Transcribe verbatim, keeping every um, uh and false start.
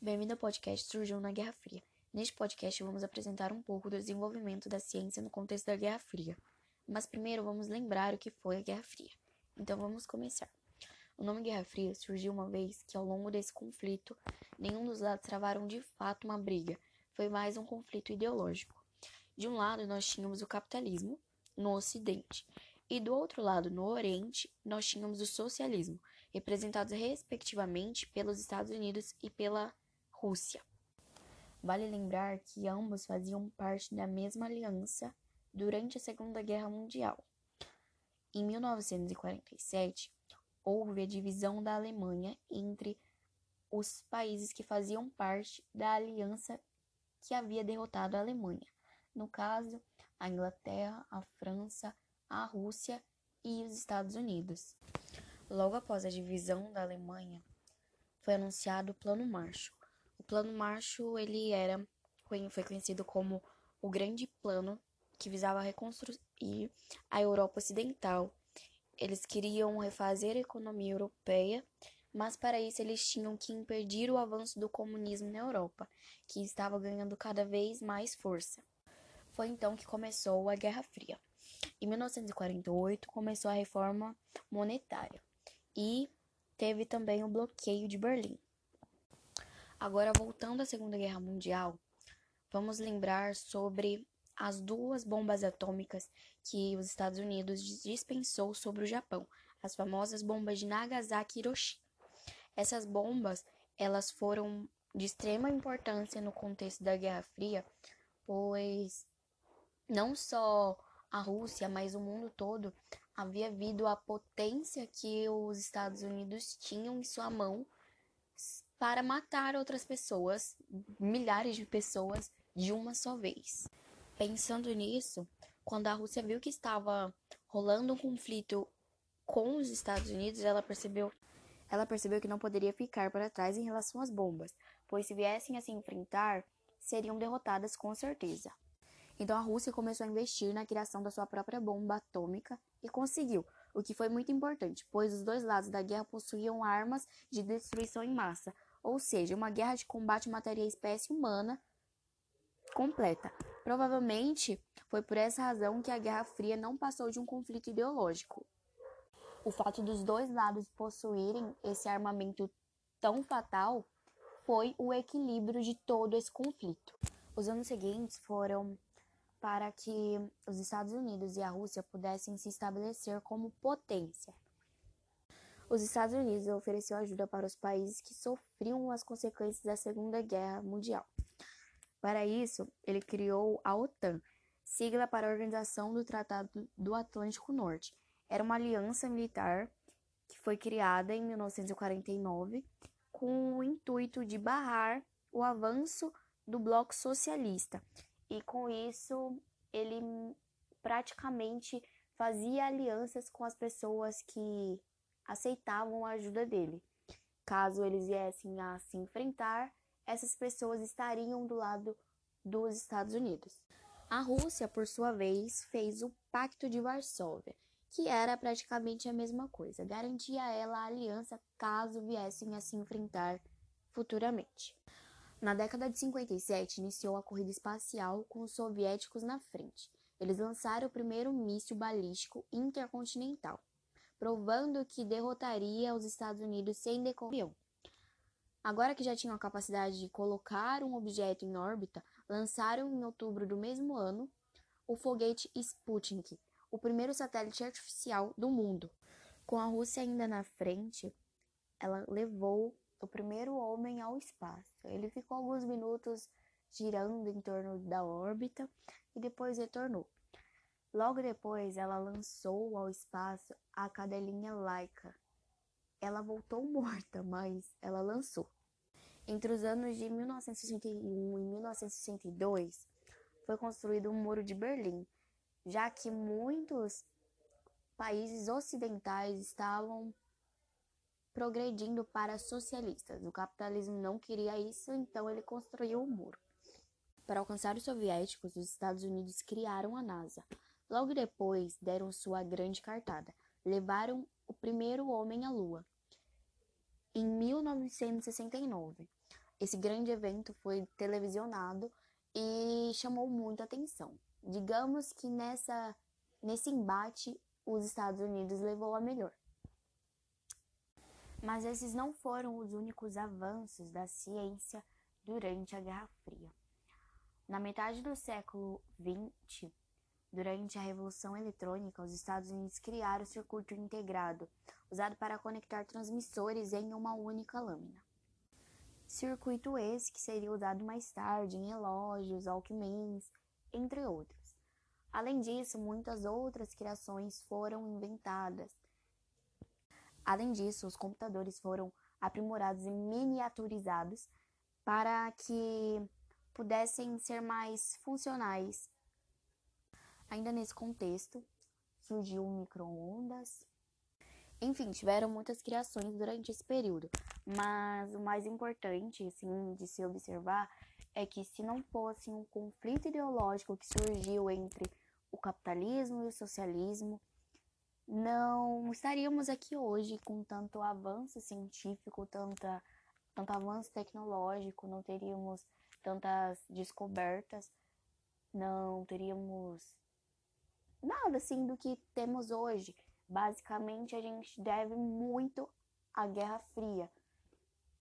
Bem-vindo ao podcast Surgiu na Guerra Fria. Neste podcast vamos apresentar um pouco do desenvolvimento da ciência no contexto da Guerra Fria. Mas primeiro vamos lembrar o que foi a Guerra Fria. Então vamos começar. O nome Guerra Fria surgiu uma vez que ao longo desse conflito, nenhum dos lados travaram de fato uma briga. Foi mais um conflito ideológico. De um lado nós tínhamos o capitalismo, no Ocidente, e do outro lado, no Oriente, nós tínhamos o socialismo, representados respectivamente pelos Estados Unidos e pela Rússia. Vale lembrar que ambos faziam parte da mesma aliança durante a Segunda Guerra Mundial. Em mil novecentos e quarenta e sete, houve a divisão da Alemanha entre os países que faziam parte da aliança que havia derrotado a Alemanha. No caso, a Inglaterra, a França, a Rússia e os Estados Unidos. Logo após a divisão da Alemanha, foi anunciado o Plano Marshall. O Plano Marshall ele era, foi conhecido como o Grande Plano, que visava reconstruir a Europa Ocidental. Eles queriam refazer a economia europeia, mas para isso eles tinham que impedir o avanço do comunismo na Europa, que estava ganhando cada vez mais força. Foi então que começou a Guerra Fria. Em mil novecentos e quarenta e oito, começou a reforma monetária e teve também o bloqueio de Berlim. Agora, voltando à Segunda Guerra Mundial, vamos lembrar sobre as duas bombas atômicas que os Estados Unidos dispensou sobre o Japão, as famosas bombas de Nagasaki e Hiroshima. Essas bombas, elas foram de extrema importância no contexto da Guerra Fria, pois não só a Rússia, mas o mundo todo havia visto a potência que os Estados Unidos tinham em sua mão para matar outras pessoas, milhares de pessoas, de uma só vez. Pensando nisso, quando a Rússia viu que estava rolando um conflito com os Estados Unidos, ela percebeu, ela percebeu que não poderia ficar para trás em relação às bombas, pois se viessem a se enfrentar, seriam derrotadas com certeza. Então a Rússia começou a investir na criação da sua própria bomba atômica e conseguiu, o que foi muito importante, pois os dois lados da guerra possuíam armas de destruição em massa, ou seja, uma guerra de combate mataria a espécie humana completa. Provavelmente foi por essa razão que a Guerra Fria não passou de um conflito ideológico. O fato dos dois lados possuírem esse armamento tão fatal foi o equilíbrio de todo esse conflito. Os anos seguintes foram para que os Estados Unidos e a Rússia pudessem se estabelecer como potência. Os Estados Unidos ofereceu ajuda para os países que sofriam as consequências da Segunda Guerra Mundial. Para isso, ele criou a OTAN, sigla para a Organização do Tratado do Atlântico Norte. Era uma aliança militar que foi criada em mil novecentos e quarenta e nove com o intuito de barrar o avanço do bloco socialista. E com isso, ele praticamente fazia alianças com as pessoas que aceitavam a ajuda dele. Caso eles viessem a se enfrentar, essas pessoas estariam do lado dos Estados Unidos. A Rússia, por sua vez, fez o Pacto de Varsóvia, que era praticamente a mesma coisa, garantia a ela a aliança caso viessem a se enfrentar futuramente. Na década de cinquenta e sete, iniciou a corrida espacial com os soviéticos na frente. Eles lançaram o primeiro míssil balístico intercontinental, provando que derrotaria os Estados Unidos sem decollar. Agora que já tinham a capacidade de colocar um objeto em órbita, lançaram em outubro do mesmo ano o foguete Sputnik, o primeiro satélite artificial do mundo. Com a Rússia ainda na frente, ela levou o primeiro homem ao espaço. Ele ficou alguns minutos girando em torno da órbita e depois retornou. Logo depois, ela lançou ao espaço a cadelinha Laika. Ela voltou morta, mas ela lançou. Entre os anos de mil novecentos e sessenta e um e mil novecentos e sessenta e dois, foi construído o Muro de Berlim, já que muitos países ocidentais estavam progredindo para socialistas. O capitalismo não queria isso, então ele construiu o muro. Para alcançar os soviéticos, os Estados Unidos criaram a NASA. Logo depois, deram sua grande cartada. Levaram o primeiro homem à Lua, em mil novecentos e sessenta e nove. esse grande evento foi televisionado e chamou muita atenção. Digamos que nessa, nesse embate, os Estados Unidos levou a melhor. Mas esses não foram os únicos avanços da ciência durante a Guerra Fria. Na metade do século vinte, durante a Revolução Eletrônica, os Estados Unidos criaram o circuito integrado, usado para conectar transmissores em uma única lâmina. Circuito esse que seria usado mais tarde em relógios, Walkmans, entre outros. Além disso, muitas outras criações foram inventadas. Além disso, os computadores foram aprimorados e miniaturizados para que pudessem ser mais funcionais. Ainda nesse contexto, surgiu o micro-ondas. Enfim, tiveram muitas criações durante esse período, mas o mais importante, assim, de se observar é que se não fosse um conflito ideológico que surgiu entre o capitalismo e o socialismo, não estaríamos aqui hoje com tanto avanço científico, tanta, tanto avanço tecnológico, não teríamos tantas descobertas, não teríamos nada assim do que temos hoje. Basicamente, a gente deve muito à Guerra Fria,